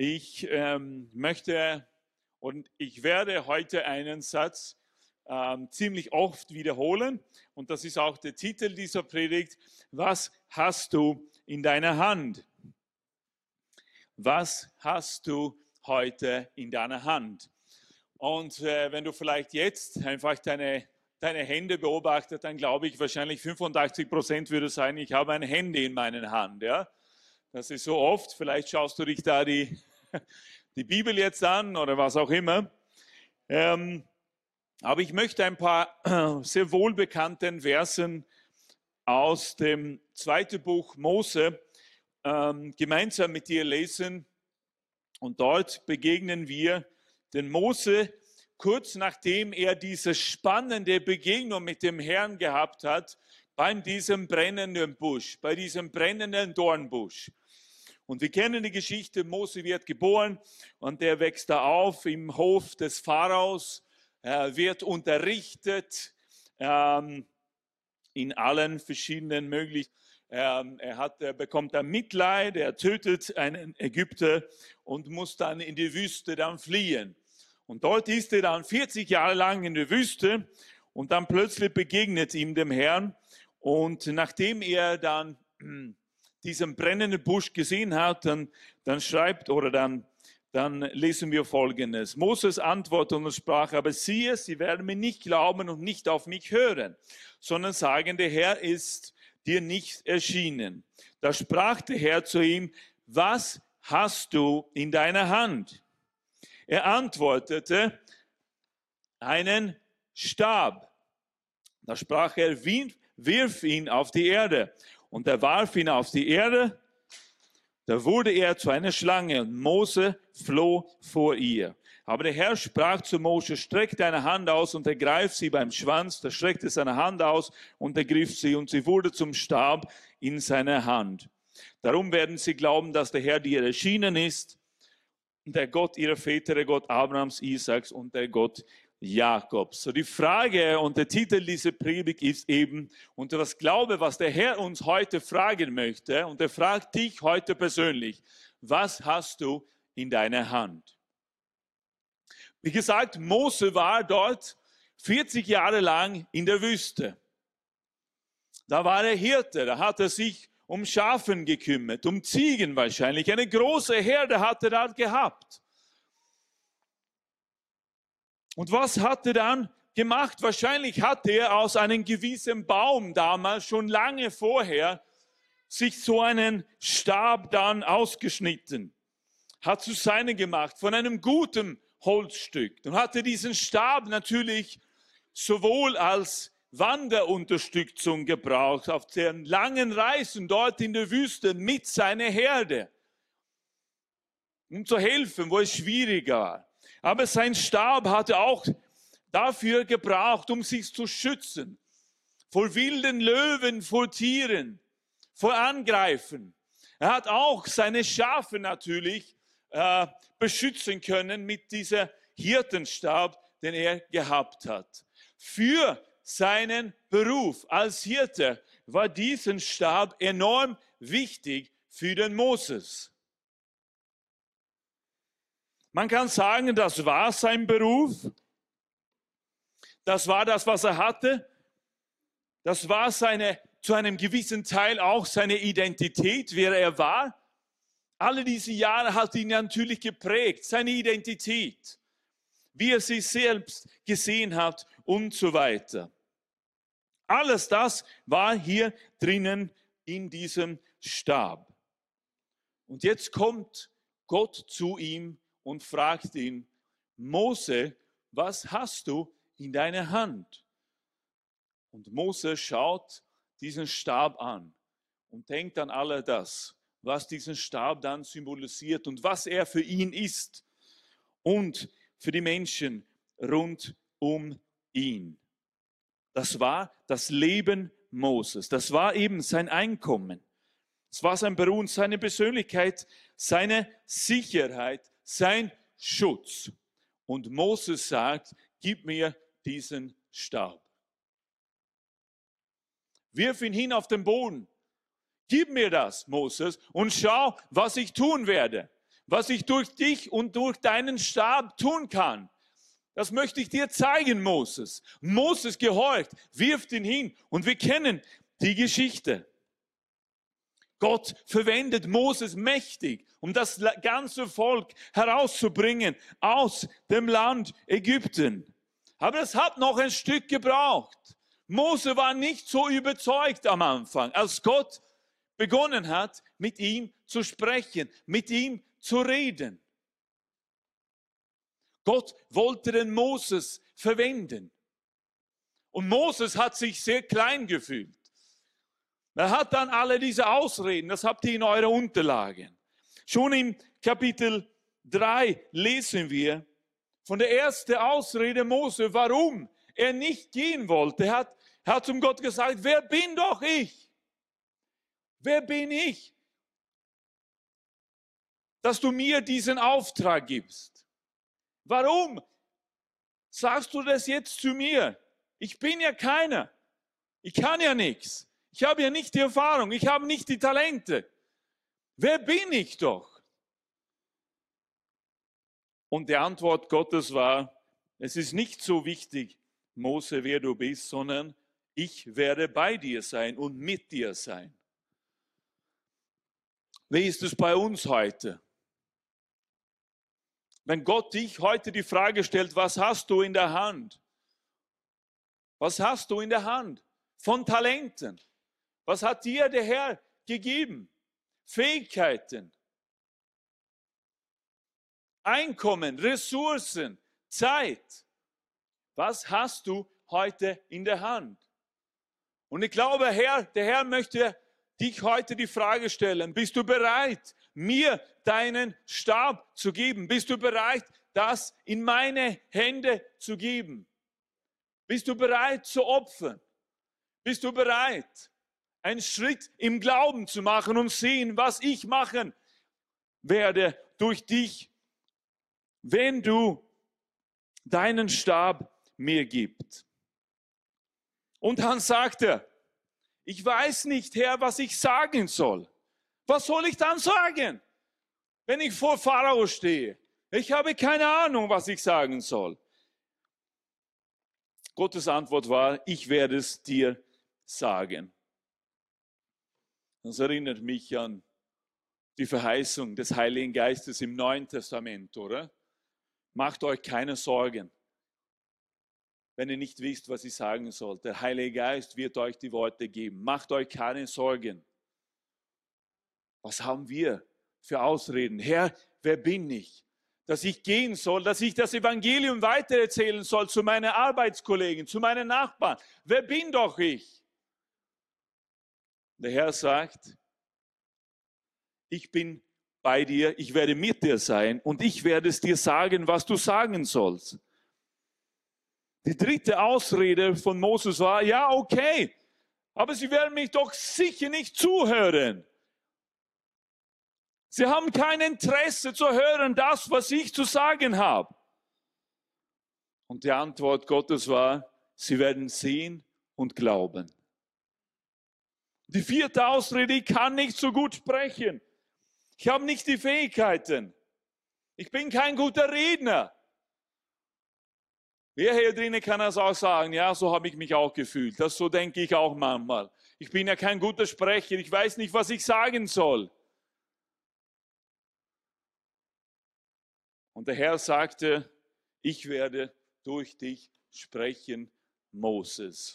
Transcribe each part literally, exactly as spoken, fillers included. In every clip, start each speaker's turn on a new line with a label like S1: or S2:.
S1: Ich ähm, möchte und ich werde heute einen Satz ähm, ziemlich oft wiederholen und das ist auch der Titel dieser Predigt. Was hast du in deiner Hand? Was hast du heute in deiner Hand? Und äh, wenn du vielleicht jetzt einfach deine, deine Hände beobachtest, dann glaube ich wahrscheinlich fünfundachtzig Prozent würde sagen, ich habe ein Handy in meiner Hand. Ja? Das ist so oft, vielleicht schaust du dich da die, die Bibel jetzt an oder was auch immer. Ähm, aber ich möchte ein paar äh, sehr wohlbekannten Versen aus dem zweiten Buch Mose ähm, gemeinsam mit dir lesen. Und dort begegnen wir den Mose, kurz nachdem er diese spannende Begegnung mit dem Herrn gehabt hat, bei diesem brennenden Busch, bei diesem brennenden Dornbusch. Und wir kennen die Geschichte, Mose wird geboren und er wächst da auf im Hof des Pharaos, er wird unterrichtet ähm, in allen verschiedenen Möglichkeiten. Ähm, er, hat, er bekommt dann Mitleid, er tötet einen Ägypter und muss dann in die Wüste dann fliehen. Und dort ist er dann vierzig Jahre lang in der Wüste und dann plötzlich begegnet ihm dem Herrn. Und nachdem er dann diesen brennenden Busch gesehen hat, dann, dann schreibt oder dann, dann lesen wir Folgendes. Moses antwortete und sprach, aber siehe, sie werden mir nicht glauben und nicht auf mich hören, sondern sagen, der Herr ist dir nicht erschienen. Da sprach der Herr zu ihm, was hast du in deiner Hand? Er antwortete, einen Stab. Da sprach er, wirf ihn auf die Erde. Und er warf ihn auf die Erde, da wurde er zu einer Schlange und Mose floh vor ihr. Aber der Herr sprach zu Mose, streck deine Hand aus und ergreif sie beim Schwanz. Da streckte seine Hand aus und ergriff sie und sie wurde zum Stab in seiner Hand. Darum werden sie glauben, dass der Herr dir erschienen ist, der Gott ihrer Väter, der Gott Abrahams, Isaaks und der Gott Jakobs. So die Frage und der Titel dieser Predigt ist eben, und das Glaube, was der Herr uns heute fragen möchte, und er fragt dich heute persönlich, was hast du in deiner Hand? Wie gesagt, Mose war dort vierzig Jahre lang in der Wüste. Da war er Hirte, da hat er sich um Schafen gekümmert, um Ziegen wahrscheinlich. Eine große Herde hat er dort gehabt. Und was hat er dann gemacht? Wahrscheinlich hat er aus einem gewissen Baum damals, schon lange vorher, sich so einen Stab dann ausgeschnitten. Hat zu seinem gemacht, von einem guten Holzstück. Und hatte diesen Stab natürlich sowohl als Wanderunterstützung gebraucht, auf den langen Reisen dort in der Wüste mit seiner Herde, um zu helfen, wo es schwierig war. Aber sein Stab hatte auch dafür gebraucht, um sich zu schützen, vor wilden Löwen, vor Tieren, vor Angreifen. Er hat auch seine Schafe natürlich äh, beschützen können mit diesem Hirtenstab, den er gehabt hat. Für seinen Beruf als Hirte war dieser Stab enorm wichtig für den Moses. Man kann sagen, das war sein Beruf. Das war das, was er hatte. Das war seine, zu einem gewissen Teil auch seine Identität, wer er war. Alle diese Jahre hat ihn natürlich geprägt, seine Identität, wie er sich selbst gesehen hat und so weiter. Alles das war hier drinnen in diesem Stab. Und jetzt kommt Gott zu ihm und fragt ihn, Mose, was hast du in deiner Hand? Und Mose schaut diesen Stab an und denkt an all das, was diesen Stab dann symbolisiert und was er für ihn ist und für die Menschen rund um ihn. Das war das Leben Moses, das war eben sein Einkommen, es war sein Beruf, seine Persönlichkeit, seine Sicherheit, sein Schutz. Und Moses sagt, gib mir diesen Stab. Wirf ihn hin auf den Boden. Gib mir das, Moses, und schau, was ich tun werde. was ich durch dich und durch deinen Stab tun kann. Das möchte ich dir zeigen, Moses. Moses gehorcht, wirft ihn hin und wir kennen die Geschichte. Gott verwendet Moses mächtig, um das ganze Volk herauszubringen aus dem Land Ägypten. Aber es hat noch ein Stück gebraucht. Mose war nicht so überzeugt am Anfang, als Gott begonnen hat, mit ihm zu sprechen, mit ihm zu reden. Gott wollte den Moses verwenden. Und Moses hat sich sehr klein gefühlt. Er hat dann alle diese Ausreden, das habt ihr in eurer Unterlagen. Schon im Kapitel drei lesen wir von der ersten Ausrede Mose, warum er nicht gehen wollte. Er hat, er hat zum Gott gesagt, wer bin doch ich? Wer bin ich, dass du mir diesen Auftrag gibst? Warum sagst du das jetzt zu mir? Ich bin ja keiner. Ich kann ja nichts. Ich habe ja nicht die Erfahrung. Ich habe nicht die Talente. Wer bin ich doch? Und die Antwort Gottes war, es ist nicht so wichtig, Mose, wer du bist, sondern ich werde bei dir sein und mit dir sein. Wie ist es bei uns heute? Wenn Gott dich heute die Frage stellt, was hast du in der Hand? Was hast du in der Hand von Talenten? Was hat dir der Herr gegeben? Fähigkeiten, Einkommen, Ressourcen, Zeit. Was hast du heute in der Hand? Und ich glaube, Herr, der Herr möchte dich heute die Frage stellen, bist du bereit, mir deinen Stab zu geben? Bist du bereit, das in meine Hände zu geben? Bist du bereit zu opfern? Bist du bereit, einen Schritt im Glauben zu machen und sehen, was ich machen werde durch dich, wenn du deinen Stab mir gibst? Und dann sagt er, ich weiß nicht, Herr, was ich sagen soll. Was soll ich dann sagen, wenn ich vor Pharao stehe? Ich habe keine Ahnung, was ich sagen soll. Gottes Antwort war, ich werde es dir sagen. Das erinnert mich an die Verheißung des Heiligen Geistes im Neuen Testament, oder? Macht euch keine Sorgen, wenn ihr nicht wisst, was ich sagen soll. Der Heilige Geist wird euch die Worte geben. Macht euch keine Sorgen. Was haben wir für Ausreden? Herr, wer bin ich? Dass ich gehen soll, dass ich das Evangelium weitererzählen soll zu meinen Arbeitskollegen, zu meinen Nachbarn. Wer bin doch ich? Der Herr sagt, ich bin bei dir, ich werde mit dir sein und ich werde es dir sagen, was du sagen sollst. Die dritte Ausrede von Moses war, ja, okay, aber sie werden mich doch sicher nicht zuhören. Sie haben kein Interesse zu hören, das, was ich zu sagen habe. Und die Antwort Gottes war, sie werden sehen und glauben. Die vierte Ausrede, ich kann nicht so gut sprechen. Ich habe nicht die Fähigkeiten. Ich bin kein guter Redner. Wer hier drinnen kann das auch sagen, ja, so habe ich mich auch gefühlt. Das so denke ich auch manchmal. Ich bin ja kein guter Sprecher, ich weiß nicht, was ich sagen soll. Und der Herr sagte, ich werde durch dich sprechen, Moses.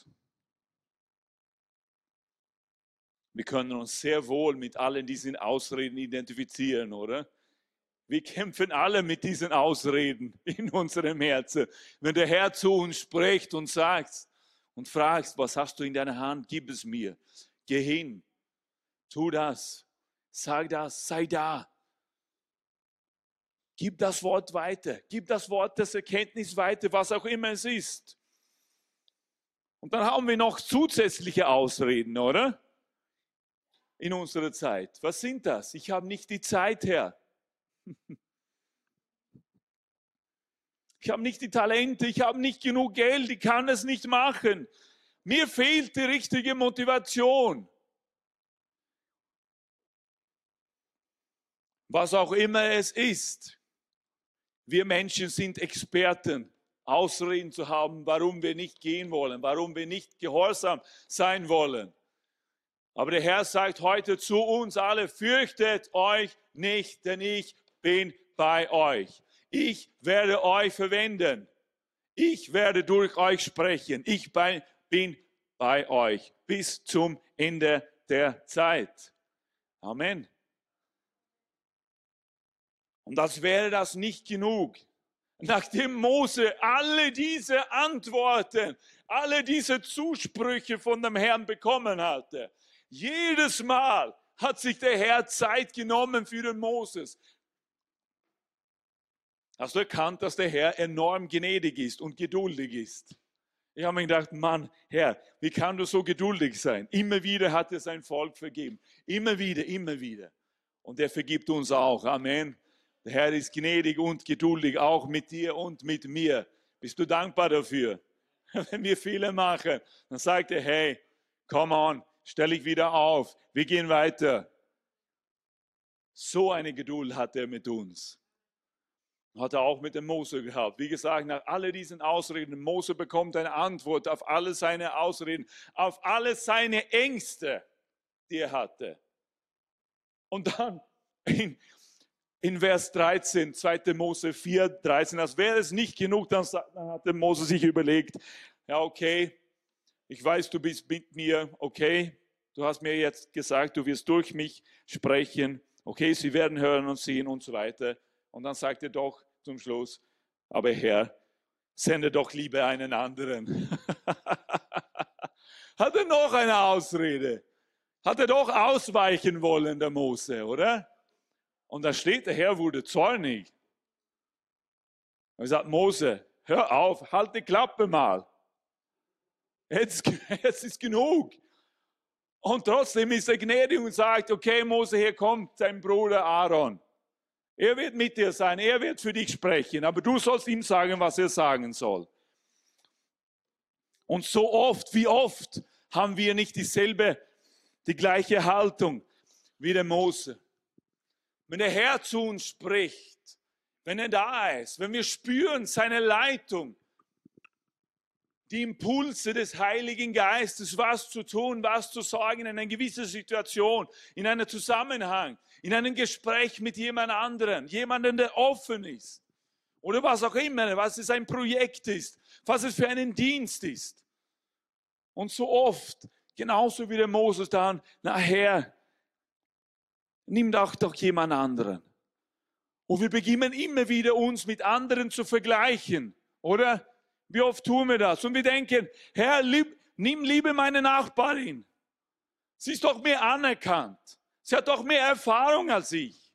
S1: Wir können uns sehr wohl mit allen diesen Ausreden identifizieren, oder? Wir kämpfen alle mit diesen Ausreden in unserem Herzen. Wenn der Herr zu uns spricht und sagt und fragt, was hast du in deiner Hand, gib es mir. Geh hin, tu das, sag das, sei da. Gib das Wort weiter, gib das Wort des Erkenntnis weiter, was auch immer es ist. Und dann haben wir noch zusätzliche Ausreden, oder? In unserer Zeit. Was sind das? Ich habe nicht die Zeit, Herr. Ich habe nicht die Talente, ich habe nicht genug Geld, ich kann es nicht machen. Mir fehlt die richtige Motivation. Was auch immer es ist. Wir Menschen sind Experten, Ausreden zu haben, warum wir nicht gehen wollen, warum wir nicht gehorsam sein wollen. Aber der Herr sagt heute zu uns alle, fürchtet euch nicht, denn ich bin bei euch. Ich werde euch verwenden. Ich werde durch euch sprechen. Ich bin bei euch bis zum Ende der Zeit. Amen. Und das wäre das nicht genug. Nachdem Mose alle diese Antworten, alle diese Zusprüche von dem Herrn bekommen hatte, jedes Mal hat sich der Herr Zeit genommen für den Moses. Hast du erkannt, dass der Herr enorm gnädig ist und geduldig ist? Ich habe mir gedacht, Mann, Herr, wie kann du so geduldig sein? Immer wieder hat er sein Volk vergeben. Immer wieder, immer wieder. Und er vergibt uns auch. Amen. Der Herr ist gnädig und geduldig, auch mit dir und mit mir. Bist du dankbar dafür? Wenn wir Fehler machen, dann sagt er, hey, come on, stell dich wieder auf. Wir gehen weiter. So eine Geduld hat er mit uns. Hat er auch mit dem Mose gehabt. Wie gesagt, nach all diesen Ausreden, Mose bekommt eine Antwort auf alle seine Ausreden, auf alle seine Ängste, die er hatte. Und dann in, in Vers dreizehn, zweiter Mose vier, dreizehn, als wäre es nicht genug, dann, dann hat der Mose sich überlegt, ja okay, ich weiß, du bist mit mir, okay, du hast mir jetzt gesagt, du wirst durch mich sprechen, okay, sie werden hören und sehen und so weiter. Und dann sagt er doch zum Schluss, aber Herr, sende doch lieber einen anderen. Hat er noch eine Ausrede? Hat er doch ausweichen wollen, der Mose, oder? Und da steht, der Herr wurde zornig. Und er sagt, Mose, hör auf, halt die Klappe mal. Jetzt, jetzt ist genug. Und trotzdem ist er gnädig und sagt, okay Mose, hier kommt dein Bruder Aaron. Er wird mit dir sein, er wird für dich sprechen, aber du sollst ihm sagen, was er sagen soll. Und so oft, wie oft haben wir nicht dieselbe, die gleiche Haltung wie der Mose. Wenn der Herr zu uns spricht, wenn er da ist, wenn wir spüren seine Leitung, die Impulse des Heiligen Geistes, was zu tun, was zu sagen in einer gewissen Situation, in einem Zusammenhang, in einem Gespräch mit jemand anderem, jemandem, der offen ist. Oder was auch immer, was es ein Projekt ist, was es für einen Dienst ist. Und so oft, genauso wie der Moses dann, nachher, nimm doch doch jemand anderen. Und wir beginnen immer wieder uns mit anderen zu vergleichen, oder? Wie oft tun wir das? Und wir denken, Herr, lieb, nimm lieber meine Nachbarin. Sie ist doch mehr anerkannt. Sie hat doch mehr Erfahrung als ich.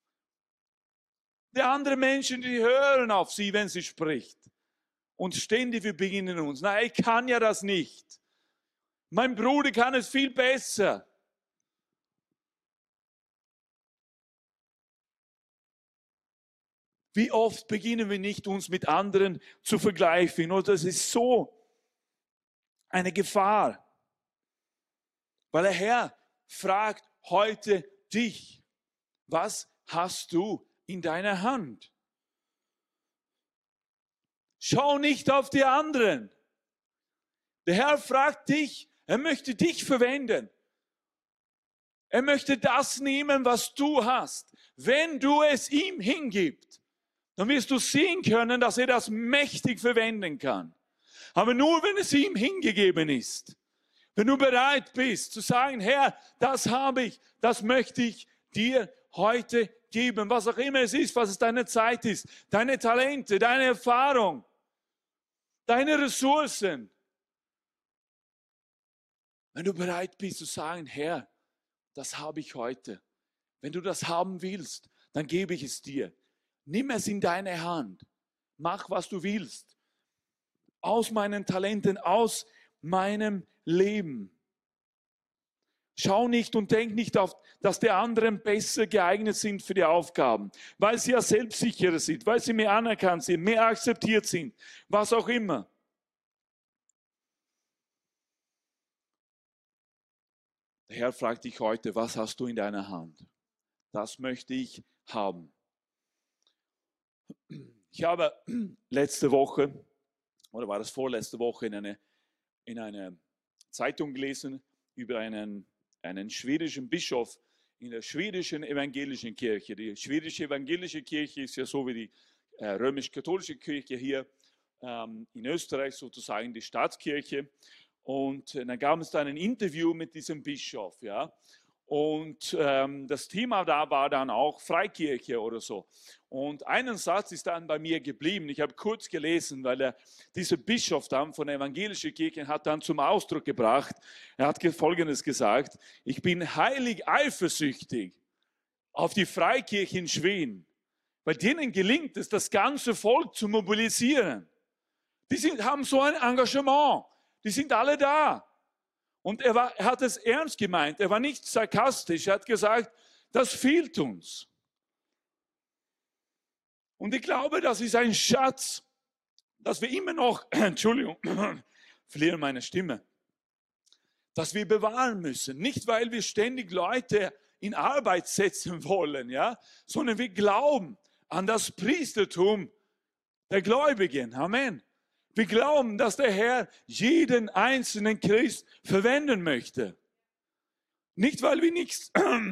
S1: Die anderen Menschen, die hören auf sie, wenn sie spricht. Und ständig wir beginnen uns, na, ich kann ja das nicht. Mein Bruder kann es viel besser. Wie oft beginnen wir nicht, uns mit anderen zu vergleichen? Und das ist so eine Gefahr. Weil der Herr fragt heute dich, was hast du in deiner Hand? Schau nicht auf die anderen. Der Herr fragt dich, er möchte dich verwenden. Er möchte das nehmen, was du hast. Wenn du es ihm hingibst, dann wirst du sehen können, dass er das mächtig verwenden kann. Aber nur, wenn es ihm hingegeben ist. Wenn du bereit bist zu sagen, Herr, das habe ich, das möchte ich dir heute geben. Was auch immer es ist, was es deine Zeit ist, deine Talente, deine Erfahrung, deine Ressourcen. Wenn du bereit bist zu sagen, Herr, das habe ich heute. Wenn du das haben willst, dann gebe ich es dir. Nimm es in deine Hand. Mach, was du willst. Aus meinen Talenten, aus meinem Leben. Schau nicht und denk nicht auf, dass die anderen besser geeignet sind für die Aufgaben, weil sie ja selbstsicherer sind, weil sie mehr anerkannt sind, mehr akzeptiert sind, was auch immer. Der Herr fragt dich heute, was hast du in deiner Hand? das möchte ich haben. Ich habe letzte Woche, oder war das vorletzte Woche, in eine, in eine Zeitung gelesen über einen, einen schwedischen Bischof in der schwedischen evangelischen Kirche. Die schwedische evangelische Kirche ist ja so wie die äh, römisch-katholische Kirche hier ähm, in Österreich, sozusagen die Staatskirche. Und äh, dann gab es da ein Interview mit diesem Bischof, ja. Und ähm, das Thema da war dann auch Freikirche oder so. Und einen Satz ist dann bei mir geblieben. Ich habe kurz gelesen, weil er, dieser Bischof dann von der evangelischen Kirche hat dann zum Ausdruck gebracht, er hat Folgendes gesagt: Ich bin heilig eifersüchtig auf die Freikirche in Schweden, weil denen gelingt es, das ganze Volk zu mobilisieren. Die sind, haben so ein Engagement, die sind alle da. Und er, war, er hat es ernst gemeint, er war nicht sarkastisch, er hat gesagt, das fehlt uns. Und ich glaube, das ist ein Schatz, dass wir immer noch, Entschuldigung, verliere meine Stimme, dass wir bewahren müssen. Nicht, weil wir ständig Leute in Arbeit setzen wollen, ja, sondern wir glauben an das Priestertum der Gläubigen. Amen. Wir glauben, dass der Herr jeden einzelnen Christ verwenden möchte. Nicht, weil wir nichts,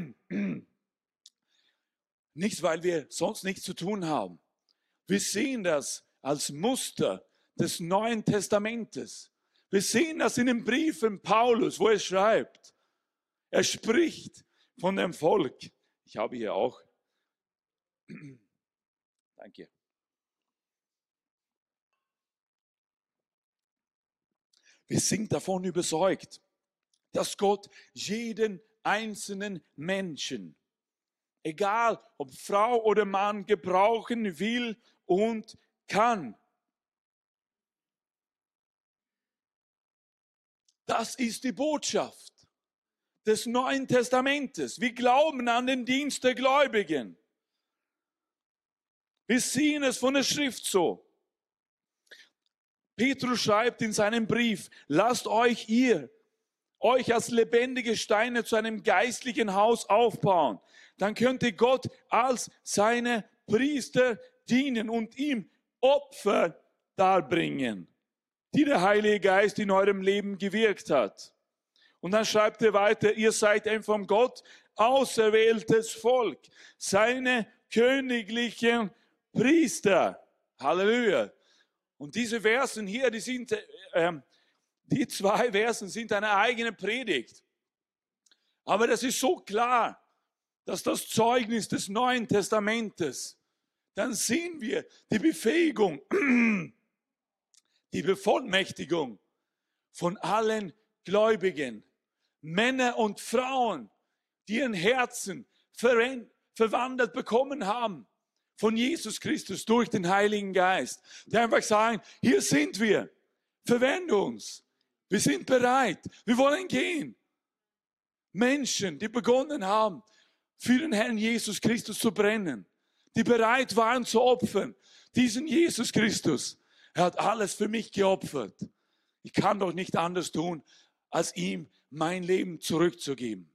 S1: nicht, weil wir sonst nichts zu tun haben. Wir sehen das als Muster des Neuen Testamentes. Wir sehen das in den Briefen Paulus, wo er schreibt. Er spricht von dem Volk. Ich habe hier auch. Danke. Wir sind davon überzeugt, dass Gott jeden einzelnen Menschen, egal ob Frau oder Mann, gebrauchen will und kann. Das ist die Botschaft des Neuen Testamentes. Wir glauben an den Dienst der Gläubigen. Wir sehen es von der Schrift so. Petrus schreibt in seinem Brief, lasst euch ihr, euch als lebendige Steine zu einem geistlichen Haus aufbauen. Dann könnt ihr Gott als seine Priester dienen und ihm Opfer darbringen, die der Heilige Geist in eurem Leben gewirkt hat. Und dann schreibt er weiter, ihr seid ein von Gott auserwähltes Volk, seine königlichen Priester. Halleluja. Und diese Versen hier, die sind, äh, die zwei Versen sind eine eigene Predigt. Aber das ist so klar, dass das Zeugnis des Neuen Testamentes, dann sehen wir die Befähigung, die Bevollmächtigung von allen Gläubigen, Männer und Frauen, die ihren Herzen verwandelt bekommen haben von Jesus Christus durch den Heiligen Geist. Die einfach sagen, hier sind wir, verwende uns, wir sind bereit, wir wollen gehen. Menschen, die begonnen haben, für den Herrn Jesus Christus zu brennen, die bereit waren zu opfern. Diesen Jesus Christus, er hat alles für mich geopfert. Ich kann doch nicht anders tun, als ihm mein Leben zurückzugeben.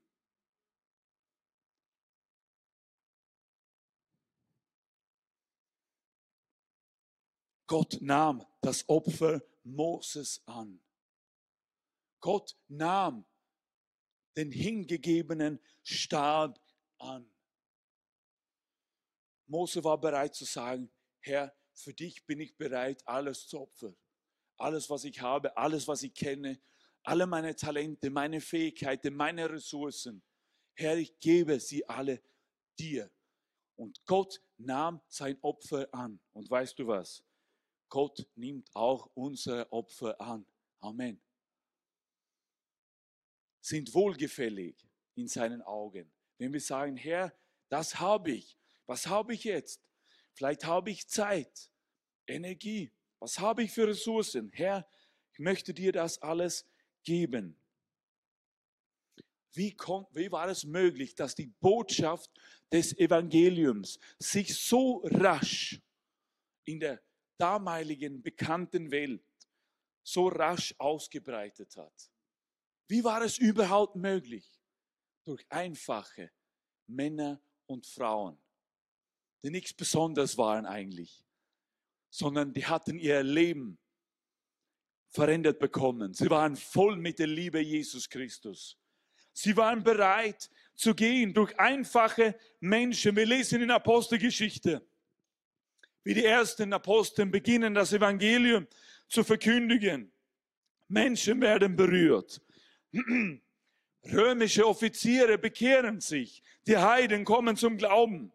S1: Gott nahm das Opfer Moses an. Gott nahm den hingegebenen Stab an. Mose war bereit zu sagen, Herr, für dich bin ich bereit, alles zu opfern. Alles, was ich habe, alles, was ich kenne, alle meine Talente, meine Fähigkeiten, meine Ressourcen. Herr, ich gebe sie alle dir. Und Gott nahm sein Opfer an. Und weißt du was? Gott nimmt auch unsere Opfer an. Amen. Sind wohlgefällig in seinen Augen. Wenn wir sagen, Herr, das habe ich. Was habe ich jetzt? Vielleicht habe ich Zeit, Energie. Was habe ich für Ressourcen? Herr, ich möchte dir das alles geben. Wie, kon, wie war es möglich, dass die Botschaft des Evangeliums sich so rasch in der damaligen bekannten Welt so rasch ausgebreitet hat? Wie war es überhaupt möglich? Durch einfache Männer und Frauen, die nichts Besonderes waren eigentlich, sondern die hatten ihr Leben verändert bekommen. Sie waren voll mit der Liebe Jesus Christus. Sie waren bereit zu gehen durch einfache Menschen. Wir lesen in Apostelgeschichte, wie die ersten Apostel beginnen, das Evangelium zu verkündigen. Menschen werden berührt. Römische Offiziere bekehren sich. Die Heiden kommen zum Glauben.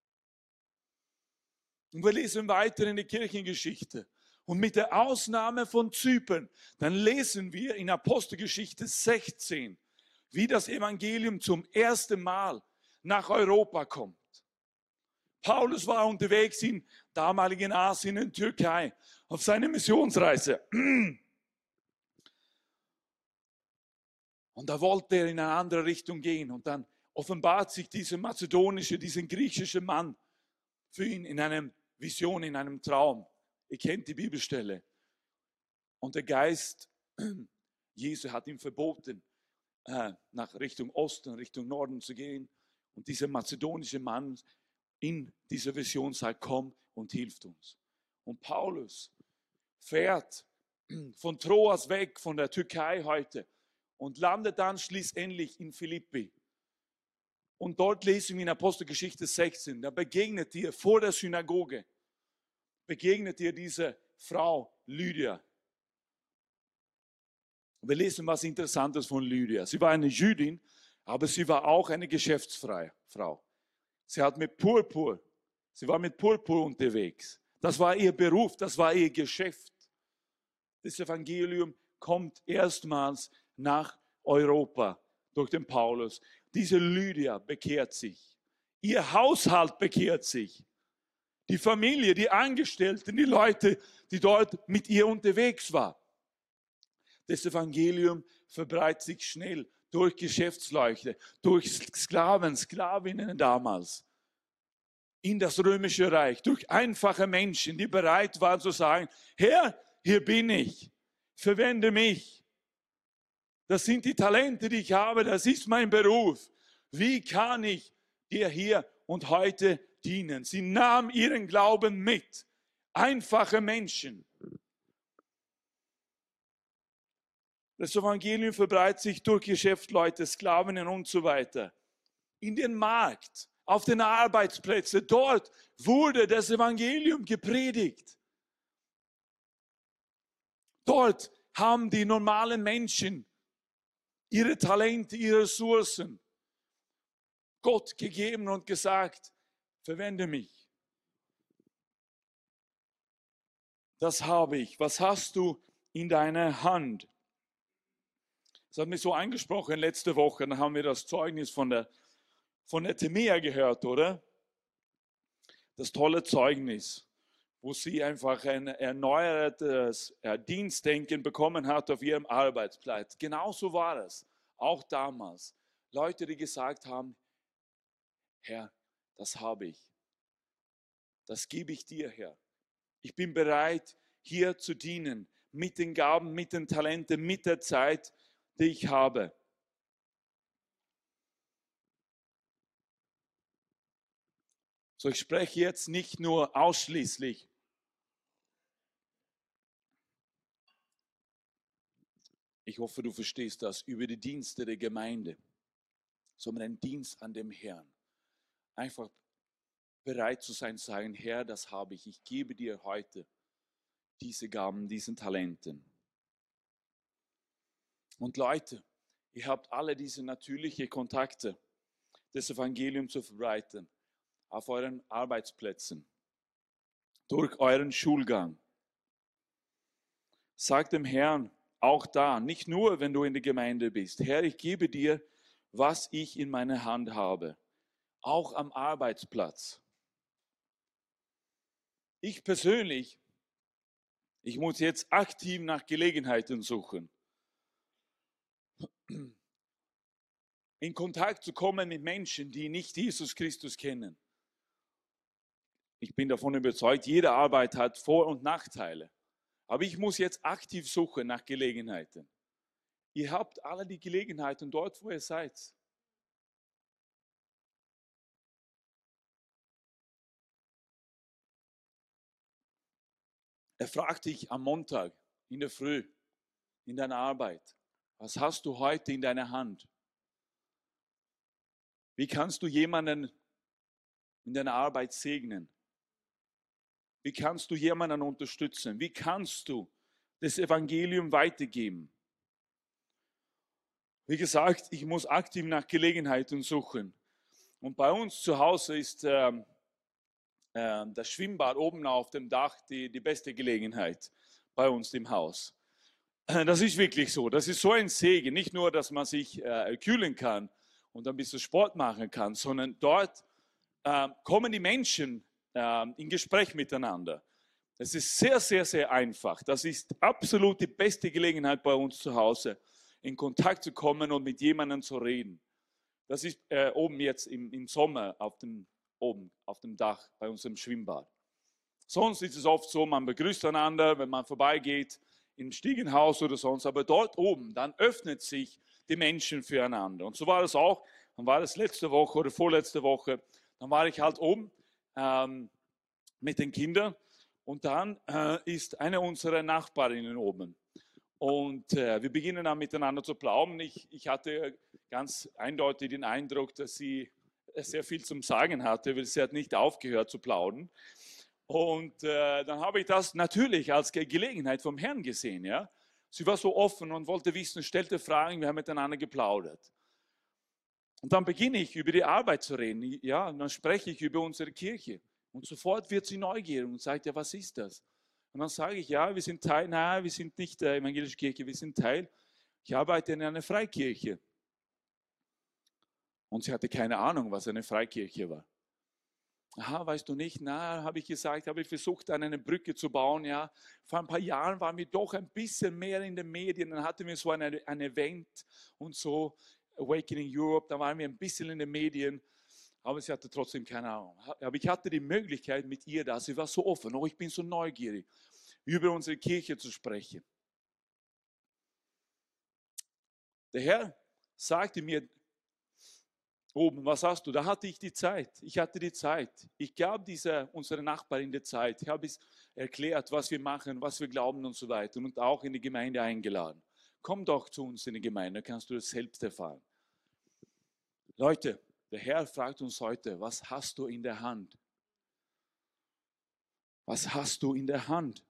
S1: Und wir lesen weiter in die Kirchengeschichte. Und mit der Ausnahme von Zypern, dann lesen wir in Apostelgeschichte sechzehn, wie das Evangelium zum ersten Mal nach Europa kommt. Paulus war unterwegs in damaligen Asien, in Türkei, auf seiner Missionsreise. Und da wollte er in eine andere Richtung gehen. Und dann offenbart sich dieser mazedonische, dieser griechische Mann für ihn in einer Vision, in einem Traum. Ihr kennt die Bibelstelle. Und der Geist Jesu hat ihm verboten, nach Richtung Osten, Richtung Norden zu gehen. Und dieser mazedonische Mann in dieser Vision sagt, komm und hilft uns. Und Paulus fährt von Troas weg, von der Türkei heute, und landet dann schließlich in Philippi. Und dort lesen wir in Apostelgeschichte sechzehn, da begegnet ihr vor der Synagoge, begegnet ihr diese Frau Lydia. Wir lesen was Interessantes von Lydia. Sie war eine Jüdin, aber sie war auch eine Geschäftsfrau. Sie hat mit Purpur, sie war mit Purpur unterwegs. Das war ihr Beruf, das war ihr Geschäft. Das Evangelium kommt erstmals nach Europa durch den Paulus. Diese Lydia bekehrt sich. Ihr Haushalt bekehrt sich. Die Familie, die Angestellten, die Leute, die dort mit ihr unterwegs waren. Das Evangelium verbreitet sich schnell durch Geschäftsleute, durch Sklaven, Sklavinnen damals in das römische Reich, durch einfache Menschen, die bereit waren zu sagen, Herr, hier bin ich, verwende mich. Das sind die Talente, die ich habe, das ist mein Beruf. Wie kann ich dir hier und heute dienen? Sie nahm ihren Glauben mit. Einfache Menschen. Das Evangelium verbreitet sich durch Geschäftsleute, Sklavinnen und so weiter. In den Markt, auf den Arbeitsplätzen, dort wurde das Evangelium gepredigt. Dort haben die normalen Menschen ihre Talente, ihre Ressourcen Gott gegeben und gesagt, verwende mich. Das habe ich. Was hast du in deiner Hand? Das hat mich so angesprochen letzte Woche, dann haben wir das Zeugnis von der, von der Temea gehört, oder? Das tolle Zeugnis, wo sie einfach ein erneuertes Dienstdenken bekommen hat auf ihrem Arbeitsplatz. Genauso war es, auch damals. Leute, die gesagt haben, Herr, das habe ich. Das gebe ich dir, Herr. Ich bin bereit, hier zu dienen, mit den Gaben, mit den Talenten, mit der Zeit, die ich habe. So, ich spreche jetzt nicht nur ausschließlich ich hoffe, du verstehst das, über die Dienste der Gemeinde, sondern ein Dienst an dem Herrn. Einfach bereit zu sein, zu sagen, Herr, das habe ich. Ich gebe dir heute diese Gaben, diesen Talenten. Und Leute, ihr habt alle diese natürlichen Kontakte, das Evangelium zu verbreiten, auf euren Arbeitsplätzen, durch euren Schulgang. Sagt dem Herrn, auch da, nicht nur, wenn du in der Gemeinde bist, Herr, ich gebe dir, was ich in meiner Hand habe, auch am Arbeitsplatz. Ich persönlich, ich muss jetzt aktiv nach Gelegenheiten suchen, in Kontakt zu kommen mit Menschen, die nicht Jesus Christus kennen. Ich bin davon überzeugt, jede Arbeit hat Vor- und Nachteile. Aber ich muss jetzt aktiv suchen nach Gelegenheiten. Ihr habt alle die Gelegenheiten dort, wo ihr seid. Er fragt dich am Montag in der Früh, in deiner Arbeit, was hast du heute in deiner Hand? Wie kannst du jemanden in deiner Arbeit segnen? Wie kannst du jemanden unterstützen? Wie kannst du das Evangelium weitergeben? Wie gesagt, ich muss aktiv nach Gelegenheiten suchen. Und bei uns zu Hause ist ähm, äh, das Schwimmbad oben auf dem Dach die, die beste Gelegenheit bei uns im Haus. Das ist wirklich so. Das ist so ein Segen. Nicht nur, dass man sich äh, kühlen kann und ein bisschen Sport machen kann, sondern dort äh, kommen die Menschen äh, in Gespräch miteinander. Das ist sehr, sehr, sehr einfach. Das ist absolut die beste Gelegenheit bei uns zu Hause, in Kontakt zu kommen und mit jemandem zu reden. Das ist äh, oben jetzt im, im Sommer auf dem, oben auf dem Dach bei unserem Schwimmbad. Sonst ist es oft so, man begrüßt einander, wenn man vorbeigeht, im Stiegenhaus oder sonst. Aber dort oben, dann öffnet sich die Menschen füreinander. Und so war das auch. Dann war das letzte Woche oder vorletzte Woche. Dann war ich halt oben ähm, mit den Kindern. Und dann äh, ist eine unserer Nachbarinnen oben. Und äh, wir beginnen dann miteinander zu plaudern. Ich, ich hatte ganz eindeutig den Eindruck, dass sie sehr viel zum Sagen hatte, weil sie hat nicht aufgehört zu plaudern. Und äh, dann habe ich das natürlich als Gelegenheit vom Herrn gesehen. Ja? Sie war so offen und wollte wissen, stellte Fragen, wir haben miteinander geplaudert. Und dann beginne ich über die Arbeit zu reden. Ja, und dann spreche ich über unsere Kirche. Und sofort wird sie neugierig und sagt, ja, was ist das? Und dann sage ich, ja, wir sind Teil, nein, wir sind nicht der evangelischen Kirche, wir sind Teil, ich arbeite in einer Freikirche. Und sie hatte keine Ahnung, was eine Freikirche war. Aha, weißt du nicht? Na, habe ich gesagt, habe ich versucht, eine Brücke zu bauen. Ja, vor ein paar Jahren waren wir doch ein bisschen mehr in den Medien. Dann hatten wir so ein, ein Event und so, Awakening Europe, da waren wir ein bisschen in den Medien. Aber sie hatte trotzdem keine Ahnung. Aber ich hatte die Möglichkeit mit ihr da. Sie war so offen. Oh, ich bin so neugierig, über unsere Kirche zu sprechen. Der Herr sagte mir oben, was hast du? Da hatte ich die Zeit. Ich hatte die Zeit. Ich gab dieser, unserer Nachbarin die Zeit. Ich habe es erklärt, was wir machen, was wir glauben und so weiter. Und auch in die Gemeinde eingeladen. Komm doch zu uns in die Gemeinde, kannst du das selbst erfahren. Leute, der Herr fragt uns heute, was hast du in der Hand? Was hast du in der Hand?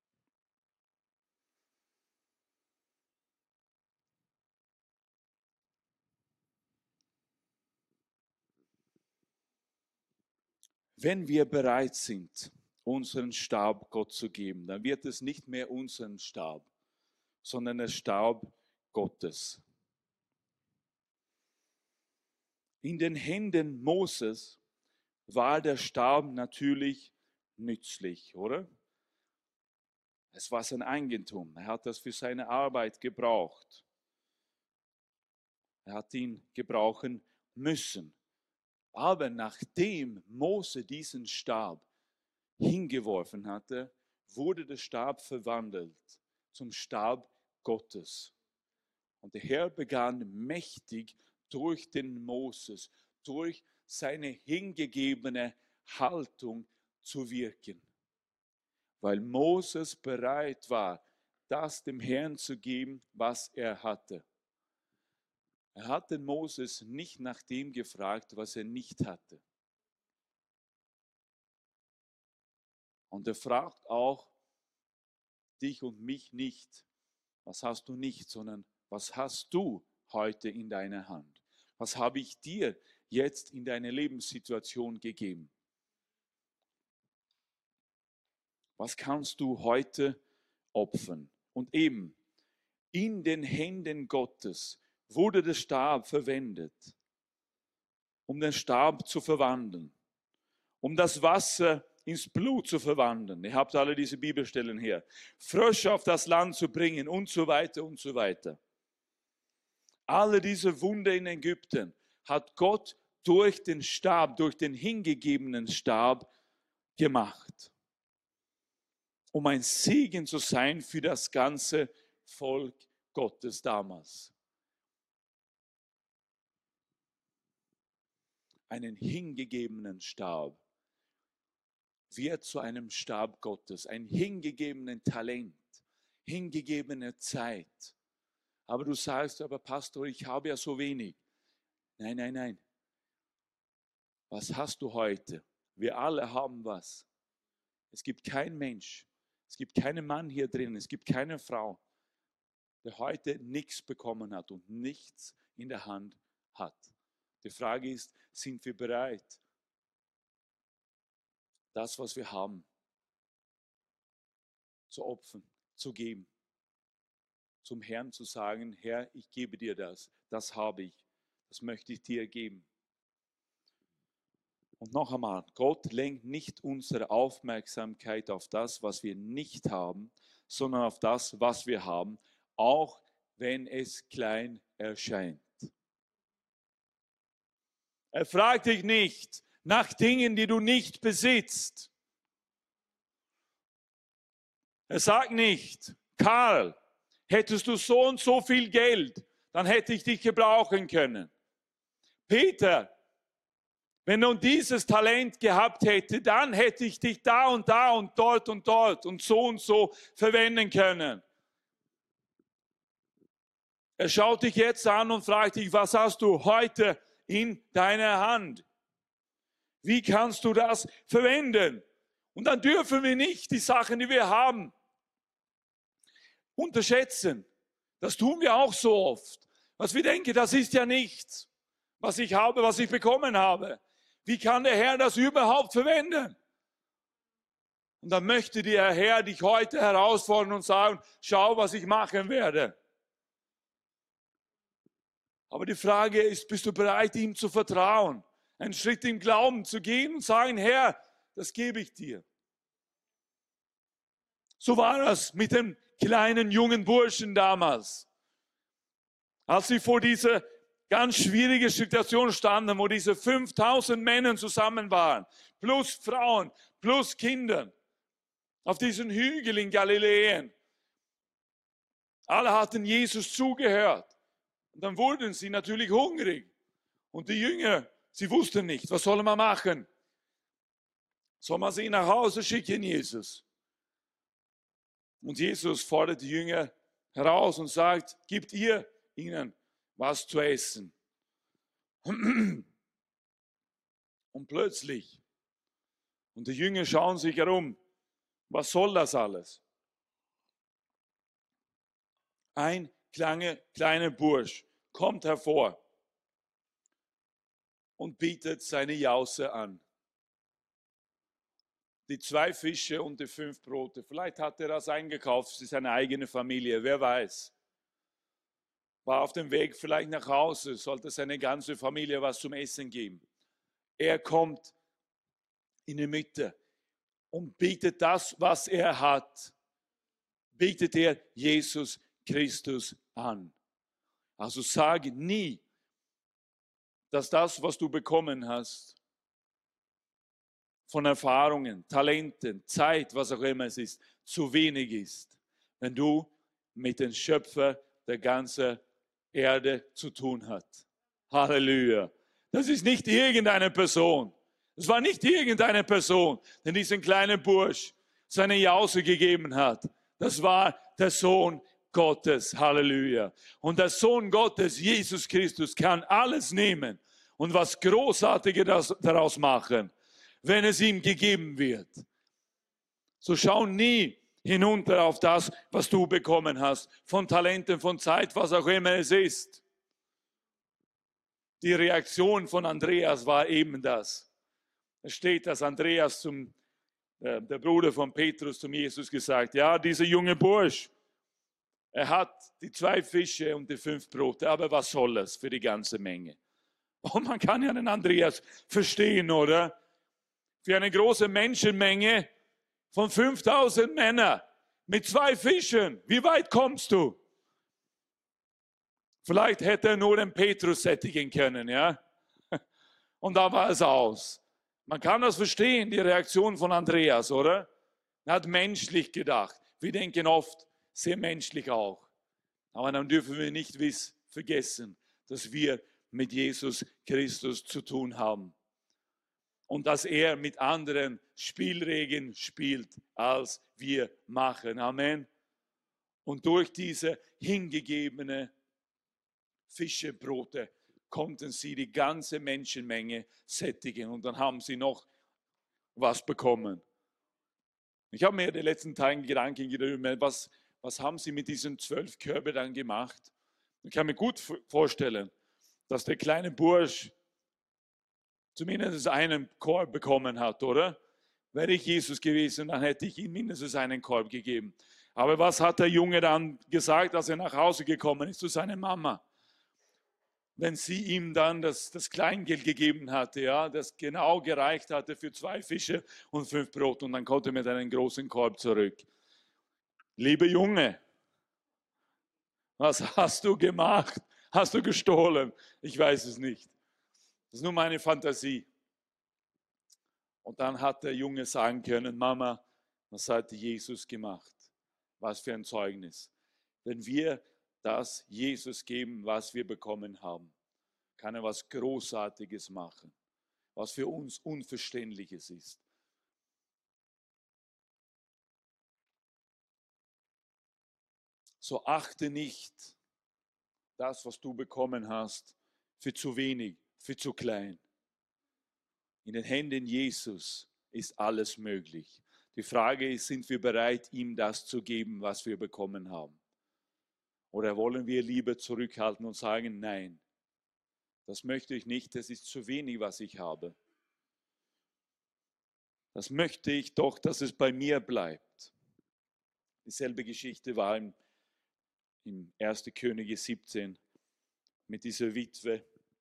S1: Wenn wir bereit sind, unseren Stab Gott zu geben, dann wird es nicht mehr unseren Stab, sondern der Stab Gottes. In den Händen Moses war der Stab natürlich nützlich, oder? Es war sein Eigentum. Er hat das für seine Arbeit gebraucht. Er hat ihn gebrauchen müssen. Aber nachdem Mose diesen Stab hingeworfen hatte, wurde der Stab verwandelt zum Stab Gottes. Und der Herr begann mächtig durch den Moses, durch seine hingegebene Haltung zu wirken. Weil Moses bereit war, das dem Herrn zu geben, was er hatte. Er hat den Moses nicht nach dem gefragt, was er nicht hatte. Und er fragt auch dich und mich nicht, was hast du nicht, sondern was hast du heute in deiner Hand? Was habe ich dir jetzt in deine Lebenssituation gegeben? Was kannst du heute opfern? Und eben, in den Händen Gottes wurde der Stab verwendet, um den Stab zu verwandeln, um das Wasser ins Blut zu verwandeln. Ihr habt alle diese Bibelstellen hier. Frösche auf das Land zu bringen und so weiter und so weiter. Alle diese Wunder in Ägypten hat Gott durch den Stab, durch den hingegebenen Stab gemacht, um ein Segen zu sein für das ganze Volk Gottes damals. Einen hingegebenen Stab. wird zu einem Stab Gottes, ein hingegebenen Talent, hingegebene Zeit. Aber du sagst, aber Pastor, ich habe ja so wenig. Nein, nein, nein. Was hast du heute? Wir alle haben was. Es gibt keinen Mensch, es gibt keinen Mann hier drin, es gibt keine Frau, der heute nichts bekommen hat und nichts in der Hand hat. Die Frage ist, sind wir bereit, das, was wir haben, zu opfern, zu geben, zum Herrn zu sagen, Herr, ich gebe dir das, das habe ich, das möchte ich dir geben. Und noch einmal, Gott lenkt nicht unsere Aufmerksamkeit auf das, was wir nicht haben, sondern auf das, was wir haben, auch wenn es klein erscheint. Er fragt dich nicht nach Dingen, die du nicht besitzt. Er sagt nicht, Karl, hättest du so und so viel Geld, dann hätte ich dich gebrauchen können. Peter, wenn du dieses Talent gehabt hätte, dann hätte ich dich da und da und dort und dort und so und so verwenden können. Er schaut dich jetzt an und fragt dich, was hast du heute in deiner Hand? Wie kannst du das verwenden? Und dann dürfen wir nicht die Sachen, die wir haben, unterschätzen. Das tun wir auch so oft. Was wir denken, das ist ja nichts, was ich habe, was ich bekommen habe. Wie kann der Herr das überhaupt verwenden? Und dann möchte der Herr dich heute herausfordern und sagen, schau, was ich machen werde. Aber die Frage ist, bist du bereit, ihm zu vertrauen? Einen Schritt im Glauben zu gehen und sagen, Herr, das gebe ich dir. So war das mit dem kleinen jungen Burschen damals. Als sie vor dieser ganz schwierige Situation standen, wo diese fünftausend Männer zusammen waren, plus Frauen, plus Kinder, auf diesen Hügel in Galiläen. Alle hatten Jesus zugehört. Und dann wurden sie natürlich hungrig. Und die Jünger, sie wussten nicht, was soll man machen? Soll man sie nach Hause schicken, Jesus? Und Jesus fordert die Jünger heraus und sagt, gebt ihr ihnen was zu essen. Und plötzlich, und die Jünger schauen sich herum, was soll das alles? Ein kleiner, kleiner Bursch kommt hervor und bietet seine Jause an. Die zwei Fische und die fünf Brote. Vielleicht hat er das eingekauft für seine eigene Familie, wer weiß. War auf dem Weg vielleicht nach Hause, sollte seine ganze Familie was zum Essen geben. Er kommt in die Mitte und bietet das, was er hat, bietet er Jesus Christus an. Also sage nie, dass das, was du bekommen hast, von Erfahrungen, Talenten, Zeit, was auch immer es ist, zu wenig ist, wenn du mit dem Schöpfer der ganzen Erde zu tun hast. Halleluja. Das ist nicht irgendeine Person. Es war nicht irgendeine Person, der diesen kleinen Bursch seine Jause gegeben hat. Das war der Sohn Gottes. Halleluja. Und der Sohn Gottes, Jesus Christus, kann alles nehmen und was Großartiges daraus machen, wenn es ihm gegeben wird. So schau nie hinunter auf das, was du bekommen hast, von Talenten, von Zeit, was auch immer es ist. Die Reaktion von Andreas war eben das. Es steht, dass Andreas, zum, äh, der Bruder von Petrus, zum Jesus gesagt, ja, dieser junge Bursch, er hat die zwei Fische und die fünf Brote, aber was soll es für die ganze Menge? Und man kann ja den Andreas verstehen, oder? Für eine große Menschenmenge von fünftausend Männern mit zwei Fischen, wie weit kommst du? Vielleicht hätte er nur den Petrus sättigen können, ja? Und da war es aus. Man kann das verstehen, die Reaktion von Andreas, oder? Er hat menschlich gedacht. Wir denken oft sehr menschlich auch. Aber dann dürfen wir nicht wiss, vergessen, dass wir mit Jesus Christus zu tun haben. und dass er mit anderen Spielregeln spielt, als wir machen. Amen. Und durch diese hingegebene Fischebrote konnten sie die ganze Menschenmenge sättigen und dann haben sie noch was bekommen. Ich habe mir die letzten Tage Gedanken gemacht, was, was haben sie mit diesen zwölf Körben dann gemacht? Ich kann mir gut vorstellen, dass der kleine Bursch zumindest einen Korb bekommen hat, oder? Wäre ich Jesus gewesen, dann hätte ich ihm mindestens einen Korb gegeben. Aber was hat der Junge dann gesagt, als er nach Hause gekommen ist zu seiner Mama? Wenn sie ihm dann das, das Kleingeld gegeben hatte, ja, das genau gereicht hatte für zwei Fische und fünf Brot und dann konnte er mit einem großen Korb zurück. Liebe Junge, was hast du gemacht? Hast du gestohlen? Ich weiß es nicht. Das ist nur meine Fantasie. Und dann hat der Junge sagen können, Mama, was hat Jesus gemacht? Was für ein Zeugnis. Wenn wir das Jesus geben, was wir bekommen haben, kann er was Großartiges machen, was für uns Unverständliches ist. So achte nicht das, was du bekommen hast, für zu wenig, für zu klein. In den Händen Jesus ist alles möglich. Die Frage ist, sind wir bereit, ihm das zu geben, was wir bekommen haben? Oder wollen wir lieber zurückhalten und sagen, nein, das möchte ich nicht, das ist zu wenig, was ich habe. Das möchte ich doch, dass es bei mir bleibt. Dieselbe Geschichte war im, im ersten Könige siebzehn mit dieser Witwe.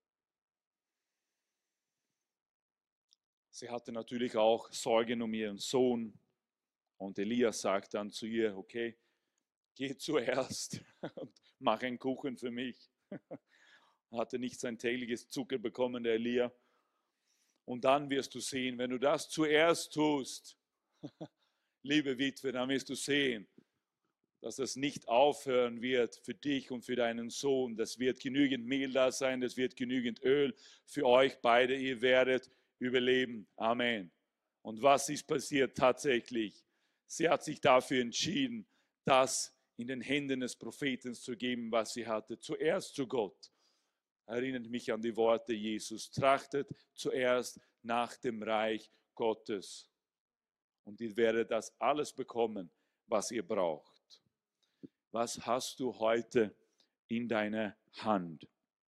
S1: Sie hatte natürlich auch Sorgen um ihren Sohn und Elia sagt dann zu ihr, okay, geh zuerst und mach einen Kuchen für mich. Er hatte nicht sein tägliches Zucker bekommen, der Elia. Und dann wirst du sehen, wenn du das zuerst tust, liebe Witwe, dann wirst du sehen, dass es nicht aufhören wird für dich und für deinen Sohn. Das wird genügend Mehl da sein, das wird genügend Öl für euch beide. Ihr werdet überleben. Amen. Und was ist passiert tatsächlich? Sie hat sich dafür entschieden, das in den Händen des Propheten zu geben, was sie hatte. Zuerst zu Gott. Erinnert mich an die Worte Jesus. Trachtet zuerst nach dem Reich Gottes. Und ihr werdet das alles bekommen, was ihr braucht. Was hast du heute in deiner Hand?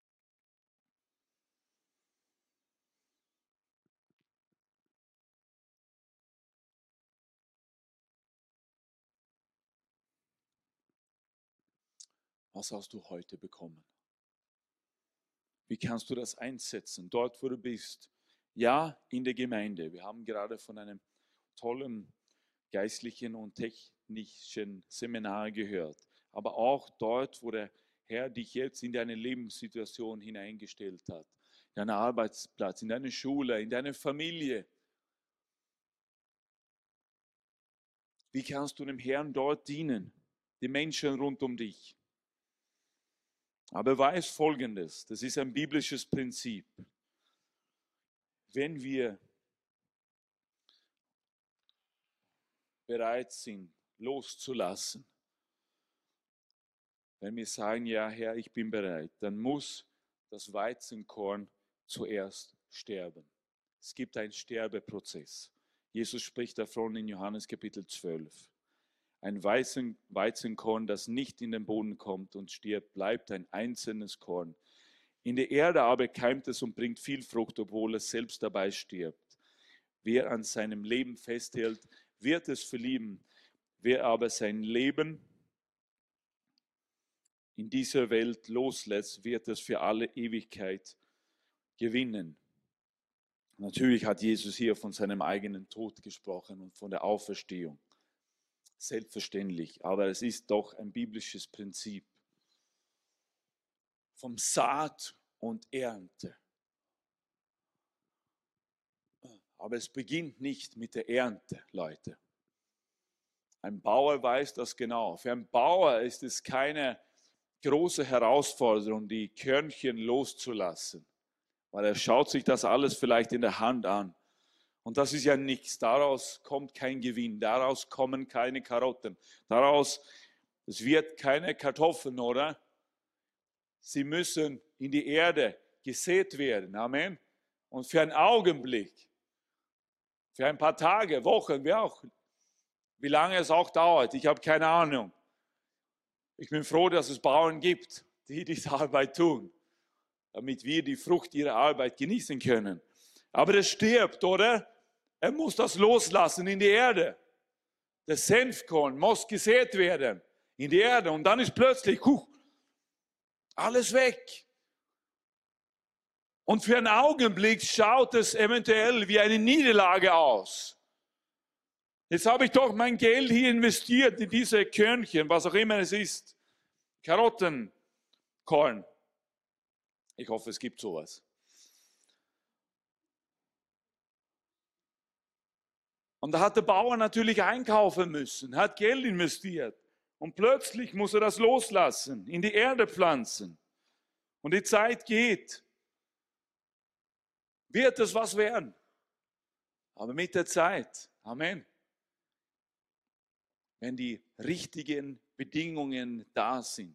S1: Was hast du heute bekommen? Wie kannst du das einsetzen, dort wo du bist? Ja, in der Gemeinde. Wir haben gerade von einem tollen geistlichen und technischen Seminar gehört. Aber auch dort, wo der Herr dich jetzt in deine Lebenssituation hineingestellt hat. In deinen Arbeitsplatz, in deine Schule, in deine Familie. Wie kannst du dem Herrn dort dienen? Die Menschen rund um dich. Aber weiß Folgendes, das ist ein biblisches Prinzip. Wenn wir bereit sind, loszulassen, wenn wir sagen, ja Herr, ich bin bereit, dann muss das Weizenkorn zuerst sterben. Es gibt einen Sterbeprozess. Jesus spricht davon in Johannes Kapitel zwölf. Ein Weizen, Weizenkorn, das nicht in den Boden kommt und stirbt, bleibt ein einzelnes Korn. In der Erde aber keimt es und bringt viel Frucht, obwohl es selbst dabei stirbt. Wer an seinem Leben festhält, wird es verlieren. Wer aber sein Leben in dieser Welt loslässt, wird es für alle Ewigkeit gewinnen. Natürlich hat Jesus hier von seinem eigenen Tod gesprochen und von der Auferstehung. Selbstverständlich, aber es ist doch ein biblisches Prinzip. Vom Saat und Ernte. Aber es beginnt nicht mit der Ernte, Leute. Ein Bauer weiß das genau. Für einen Bauer ist es keine große Herausforderung, die Körnchen loszulassen, weil er schaut sich das alles vielleicht in der Hand an Und das ist ja nichts. Daraus kommt kein Gewinn. Daraus kommen keine Karotten. Daraus, es wird keine Kartoffeln, oder? Sie müssen in die Erde gesät werden. Amen. Und für einen Augenblick, für ein paar Tage, Wochen, wie auch, wie lange es auch dauert, ich habe keine Ahnung. Ich bin froh, dass es Bauern gibt, die diese Arbeit tun, damit wir die Frucht ihrer Arbeit genießen können. Aber es stirbt, oder? Er muss das loslassen in die Erde. Das Senfkorn muss gesät werden in die Erde. Und dann ist plötzlich huh, alles weg. Und für einen Augenblick schaut es eventuell wie eine Niederlage aus. Jetzt habe ich doch mein Geld hier investiert in diese Körnchen, was auch immer es ist. Karotten, Korn. Ich hoffe, es gibt sowas. Und da hat der Bauer natürlich einkaufen müssen, hat Geld investiert. Und plötzlich muss er das loslassen, in die Erde pflanzen. Und die Zeit geht. Wird es was werden? Aber mit der Zeit, Amen, wenn die richtigen Bedingungen da sind,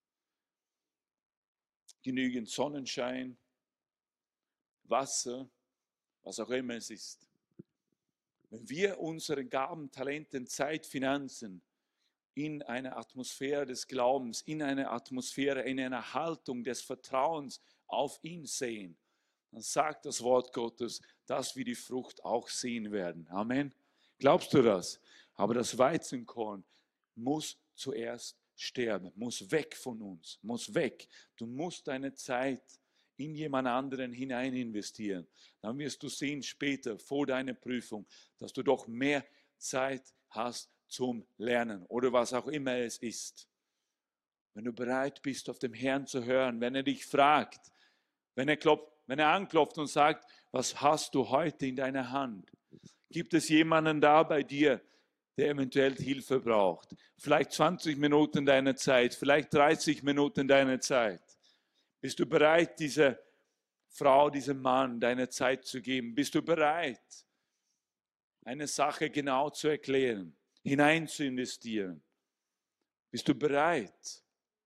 S1: genügend Sonnenschein, Wasser, was auch immer es ist, wenn wir unsere Gaben, Talenten, Zeit, Finanzen in eine Atmosphäre des Glaubens, in eine Atmosphäre, in eine Haltung des Vertrauens auf ihn sehen, dann sagt das Wort Gottes, dass wir die Frucht auch sehen werden. Amen. Glaubst du das? Aber das Weizenkorn muss zuerst sterben, muss weg von uns, muss weg. Du musst deine Zeit in jemand anderen hinein investieren. Dann wirst du sehen später vor deiner Prüfung, dass du doch mehr Zeit hast zum Lernen oder was auch immer es ist. Wenn du bereit bist, auf den Herrn zu hören, wenn er dich fragt, wenn er, klopft, wenn er anklopft und sagt, was hast du heute in deiner Hand? Gibt es jemanden da bei dir, der eventuell Hilfe braucht? Vielleicht zwanzig Minuten deiner Zeit, vielleicht dreißig Minuten deiner Zeit. Bist du bereit, dieser Frau, diesem Mann deine Zeit zu geben? Bist du bereit, eine Sache genau zu erklären, hinein zu investieren? Bist du bereit,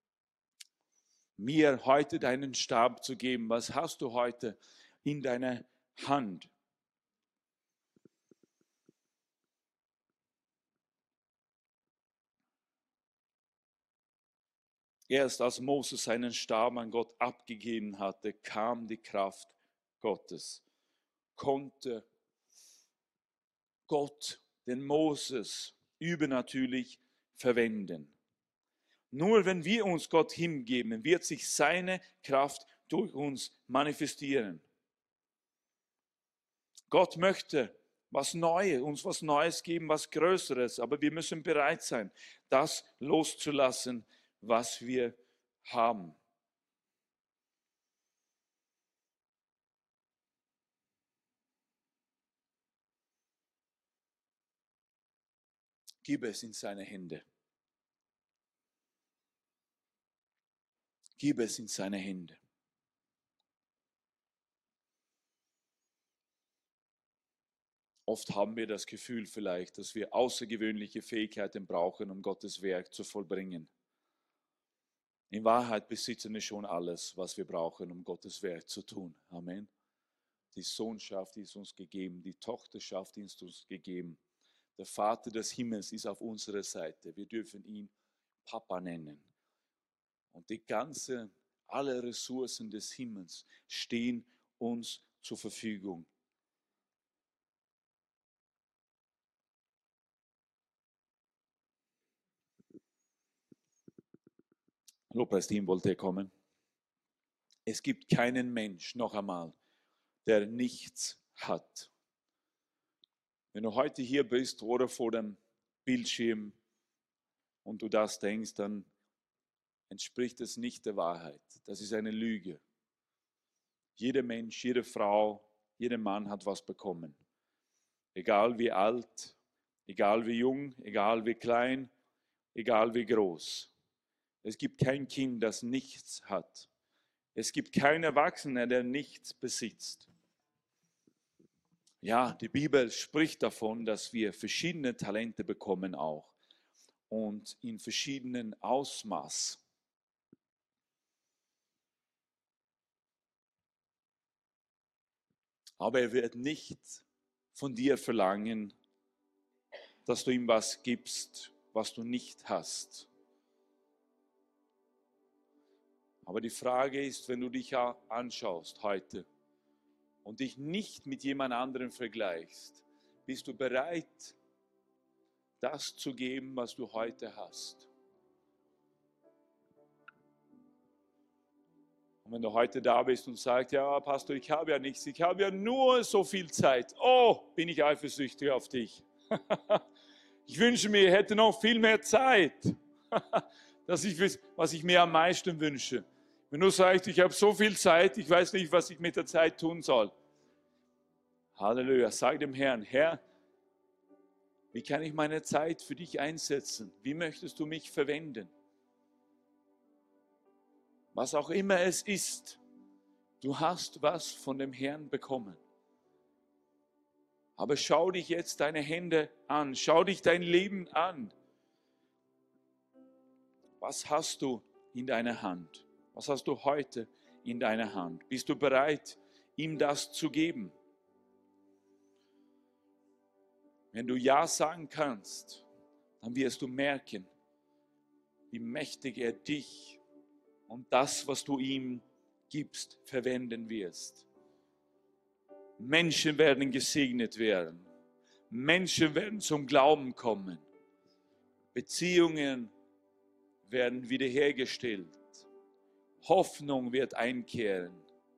S1: mir heute deinen Stab zu geben? Was hast du heute in deiner Hand? Erst als Moses seinen Stab an Gott abgegeben hatte, kam die Kraft Gottes. Konnte Gott den Moses übernatürlich verwenden. Nur wenn wir uns Gott hingeben, wird sich seine Kraft durch uns manifestieren. Gott möchte was Neues, uns was Neues geben, was Größeres, aber wir müssen bereit sein, das loszulassen, was wir haben. Gib es in seine Hände. Gib es in seine Hände. Oft haben wir das Gefühl vielleicht, dass wir außergewöhnliche Fähigkeiten brauchen, um Gottes Werk zu vollbringen. In Wahrheit besitzen wir schon alles, was wir brauchen, um Gottes Werk zu tun. Amen. Die Sohnschaft ist uns gegeben, die Tochterschaft ist uns gegeben. Der Vater des Himmels ist auf unserer Seite. Wir dürfen ihn Papa nennen. Und die ganze, alle Ressourcen des Himmels stehen uns zur Verfügung. Lobpreisteam, wollte er kommen? Es gibt keinen Mensch, noch einmal, der nichts hat. Wenn du heute hier bist oder vor dem Bildschirm und du das denkst, dann entspricht es nicht der Wahrheit. Das ist eine Lüge. Jeder Mensch, jede Frau, jeder Mann hat was bekommen. Egal wie alt, egal wie jung, egal wie klein, egal wie groß. Es gibt kein Kind, das nichts hat. Es gibt keinen Erwachsenen, der nichts besitzt. Ja, die Bibel spricht davon, dass wir verschiedene Talente bekommen auch und in verschiedenen Ausmaß. Aber er wird nicht von dir verlangen, dass du ihm was gibst, was du nicht hast. Aber die Frage ist, wenn du dich anschaust heute und dich nicht mit jemand anderem vergleichst, bist du bereit, das zu geben, was du heute hast? Und wenn du heute da bist und sagst, ja Pastor, ich habe ja nichts, ich habe ja nur so viel Zeit. Oh, bin ich eifersüchtig auf dich. Ich wünsche mir, ich hätte noch viel mehr Zeit. Das ist, was ich mir am meisten wünsche. Wenn du sagst, ich habe so viel Zeit, ich weiß nicht, was ich mit der Zeit tun soll. Halleluja, sag dem Herrn, Herr, wie kann ich meine Zeit für dich einsetzen? Wie möchtest du mich verwenden? Was auch immer es ist, du hast was von dem Herrn bekommen. Aber schau dich jetzt deine Hände an, schau dich dein Leben an. Was hast du in deiner Hand? Was hast du heute in deiner Hand? Bist du bereit, ihm das zu geben? Wenn du Ja sagen kannst, dann wirst du merken, wie mächtig er dich und das, was du ihm gibst, verwenden wirst. Menschen werden gesegnet werden. Menschen werden zum Glauben kommen. Beziehungen werden wiederhergestellt. Hoffnung wird einkehren.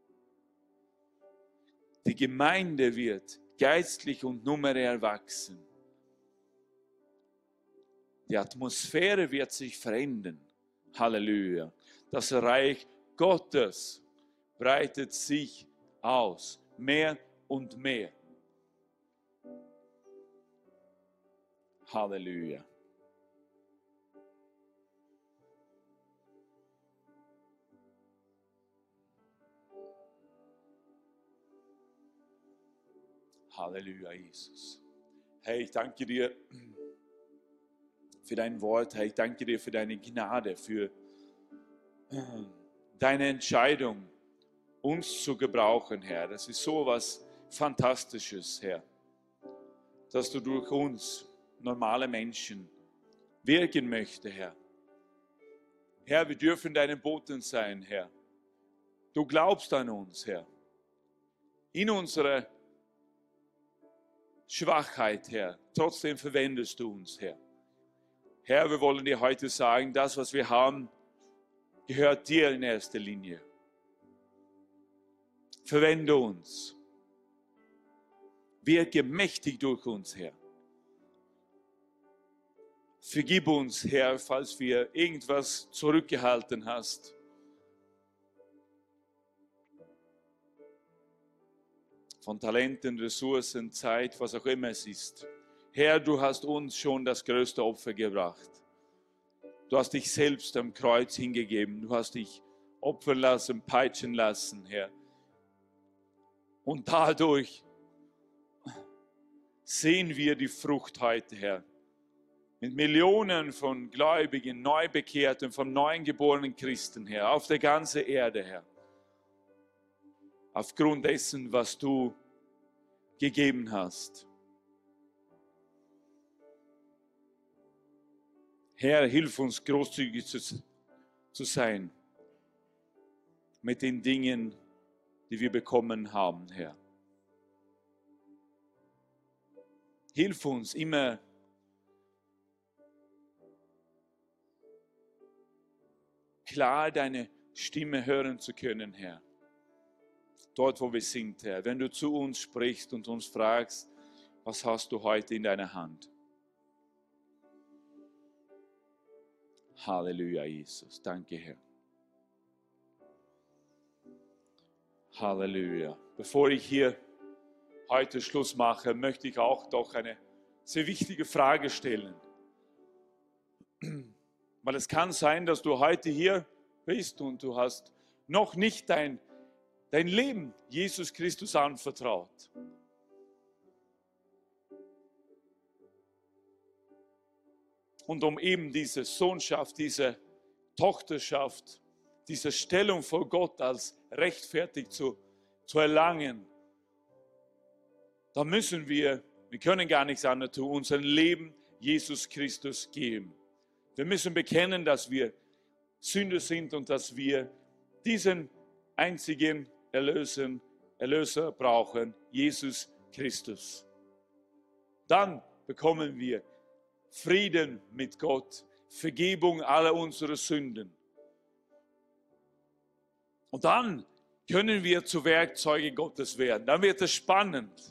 S1: Die Gemeinde wird geistlich und numerär wachsen. Die Atmosphäre wird sich verändern. Halleluja. Das Reich Gottes breitet sich aus. Mehr und mehr. Halleluja. Halleluja, Jesus. Herr, ich danke dir für dein Wort. Herr, ich danke dir für deine Gnade, für deine Entscheidung, uns zu gebrauchen, Herr. Das ist so was Fantastisches, Herr. Dass du durch uns, normale Menschen, wirken möchtest, Herr. Herr, wir dürfen deine Boten sein, Herr. Du glaubst an uns, Herr. In unserer Schwachheit, Herr. Trotzdem verwendest du uns, Herr. Herr, wir wollen dir heute sagen, das, was wir haben, gehört dir in erster Linie. Verwende uns. Wirke mächtig durch uns, Herr. Vergib uns, Herr, falls wir irgendwas zurückgehalten hast. Von Talenten, Ressourcen, Zeit, was auch immer es ist. Herr, du hast uns schon das größte Opfer gebracht. Du hast dich selbst am Kreuz hingegeben. Du hast dich opfern lassen, peitschen lassen, Herr. Und dadurch sehen wir die Frucht heute, Herr. Mit Millionen von Gläubigen, Neubekehrten, von neuen geborenen Christen, Herr, auf der ganzen Erde, Herr. Aufgrund dessen, was du gegeben hast. Herr, hilf uns großzügig zu, zu sein mit den Dingen, die wir bekommen haben, Herr. Hilf uns immer klar deine Stimme hören zu können, Herr. Dort, wo wir sind, Herr. Wenn du zu uns sprichst und uns fragst, was hast du heute in deiner Hand? Halleluja, Jesus. Danke, Herr. Halleluja. Bevor ich hier heute Schluss mache, möchte ich auch doch eine sehr wichtige Frage stellen. Weil es kann sein, dass du heute hier bist und du hast noch nicht dein, dein Leben Jesus Christus anvertraut. und um eben diese Sohnschaft, diese Tochterschaft, diese Stellung vor Gott als rechtfertigt zu, zu erlangen, da müssen wir, wir können gar nichts anderes tun, unser Leben Jesus Christus geben. Wir müssen bekennen, dass wir Sünder sind und dass wir diesen einzigen Erlöser, Erlöser brauchen, Jesus Christus. Dann bekommen wir Frieden mit Gott, Vergebung aller unserer Sünden. Und dann können wir zu Werkzeuge Gottes werden. Dann wird es spannend.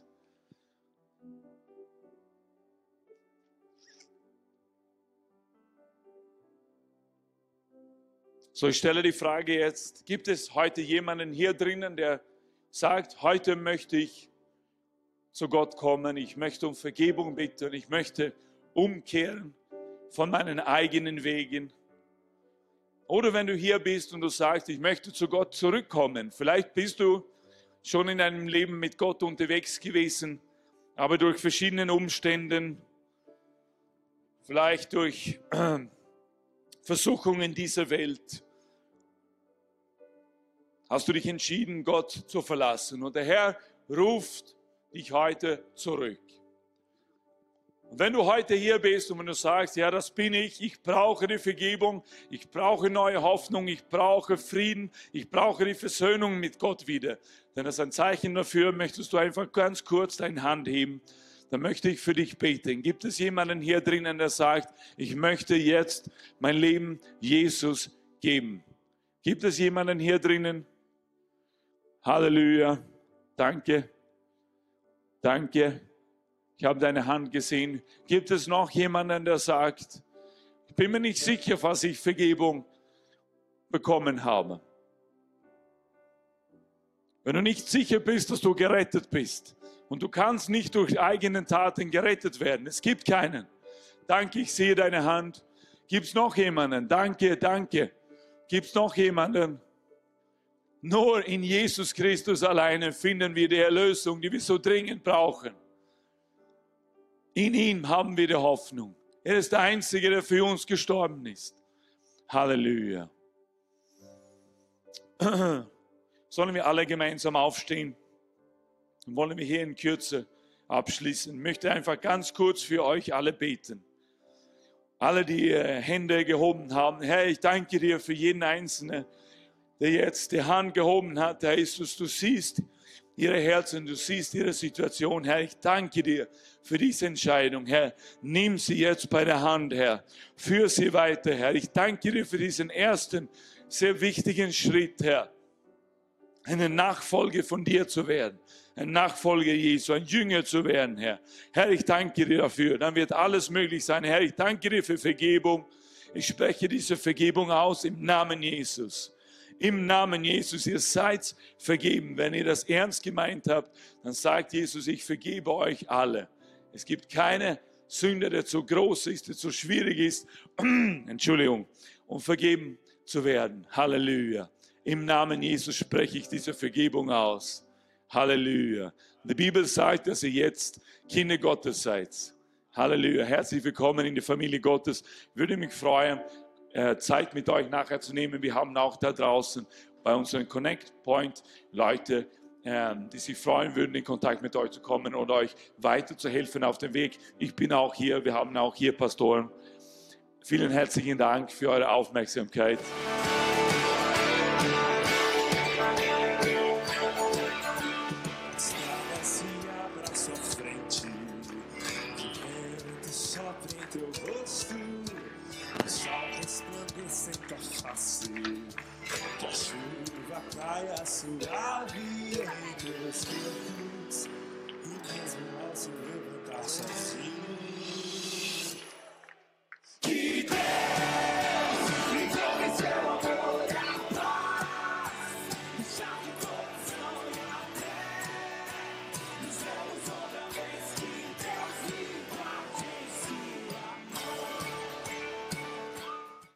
S1: So, ich stelle die Frage jetzt, gibt es heute jemanden hier drinnen, der sagt, heute möchte ich zu Gott kommen, ich möchte um Vergebung bitten, ich möchte umkehren von meinen eigenen Wegen. Oder wenn du hier bist und du sagst, ich möchte zu Gott zurückkommen, vielleicht bist du schon in deinem Leben mit Gott unterwegs gewesen, aber durch verschiedene Umstände, vielleicht durch äh, Versuchungen dieser Welt, hast du dich entschieden, Gott zu verlassen. Und der Herr ruft dich heute zurück. Und wenn du heute hier bist und wenn du sagst, ja, das bin ich, ich brauche die Vergebung, ich brauche neue Hoffnung, ich brauche Frieden, ich brauche die Versöhnung mit Gott wieder. Denn das ist ein Zeichen dafür, möchtest du einfach ganz kurz deine Hand heben, dann möchte ich für dich beten. Gibt es jemanden hier drinnen, der sagt, ich möchte jetzt mein Leben Jesus geben? Gibt es jemanden hier drinnen? Halleluja. Danke. Danke. Ich habe deine Hand gesehen. Gibt es noch jemanden, der sagt, ich bin mir nicht sicher, was ich Vergebung bekommen habe? Wenn du nicht sicher bist, dass du gerettet bist und du kannst nicht durch eigene Taten gerettet werden, es gibt keinen. Danke, ich sehe deine Hand. Gibt es noch jemanden? Danke, danke. Gibt es noch jemanden? Nur in Jesus Christus alleine finden wir die Erlösung, die wir so dringend brauchen. In ihm haben wir die Hoffnung. Er ist der Einzige, der für uns gestorben ist. Halleluja. Sollen wir alle gemeinsam aufstehen? Dann wollen wir hier in Kürze abschließen. Ich möchte einfach ganz kurz für euch alle beten. Alle, die Hände gehoben haben. Herr, ich danke dir für jeden Einzelnen, der jetzt die Hand gehoben hat. Herr Jesus, du siehst ihre Herzen, du siehst ihre Situation. Herr, ich danke dir für diese Entscheidung. Herr, nimm sie jetzt bei der Hand, Herr. Führ sie weiter, Herr. Ich danke dir für diesen ersten, sehr wichtigen Schritt, Herr. Eine Nachfolge von dir zu werden. Ein Nachfolger Jesu, ein Jünger zu werden, Herr. Herr, ich danke dir dafür. Dann wird alles möglich sein. Herr, ich danke dir für Vergebung. Ich spreche diese Vergebung aus im Namen Jesus. Im Namen Jesus, ihr seid vergeben. Wenn ihr das ernst gemeint habt, dann sagt Jesus, ich vergebe euch alle. Es gibt keine Sünde, der zu groß ist, der zu schwierig ist, Entschuldigung, um vergeben zu werden. Halleluja. Im Namen Jesus spreche ich diese Vergebung aus. Halleluja. Die Bibel sagt, dass ihr jetzt Kinder Gottes seid. Halleluja. Herzlich willkommen in die Familie Gottes. Ich würde mich freuen, Zeit mit euch nachher zu nehmen. Wir haben auch da draußen bei unserem Connect Point Leute, die sich freuen würden, in Kontakt mit euch zu kommen und euch weiterzuhelfen auf dem Weg. Ich bin auch hier, wir haben auch hier Pastoren. Vielen herzlichen Dank für eure Aufmerksamkeit.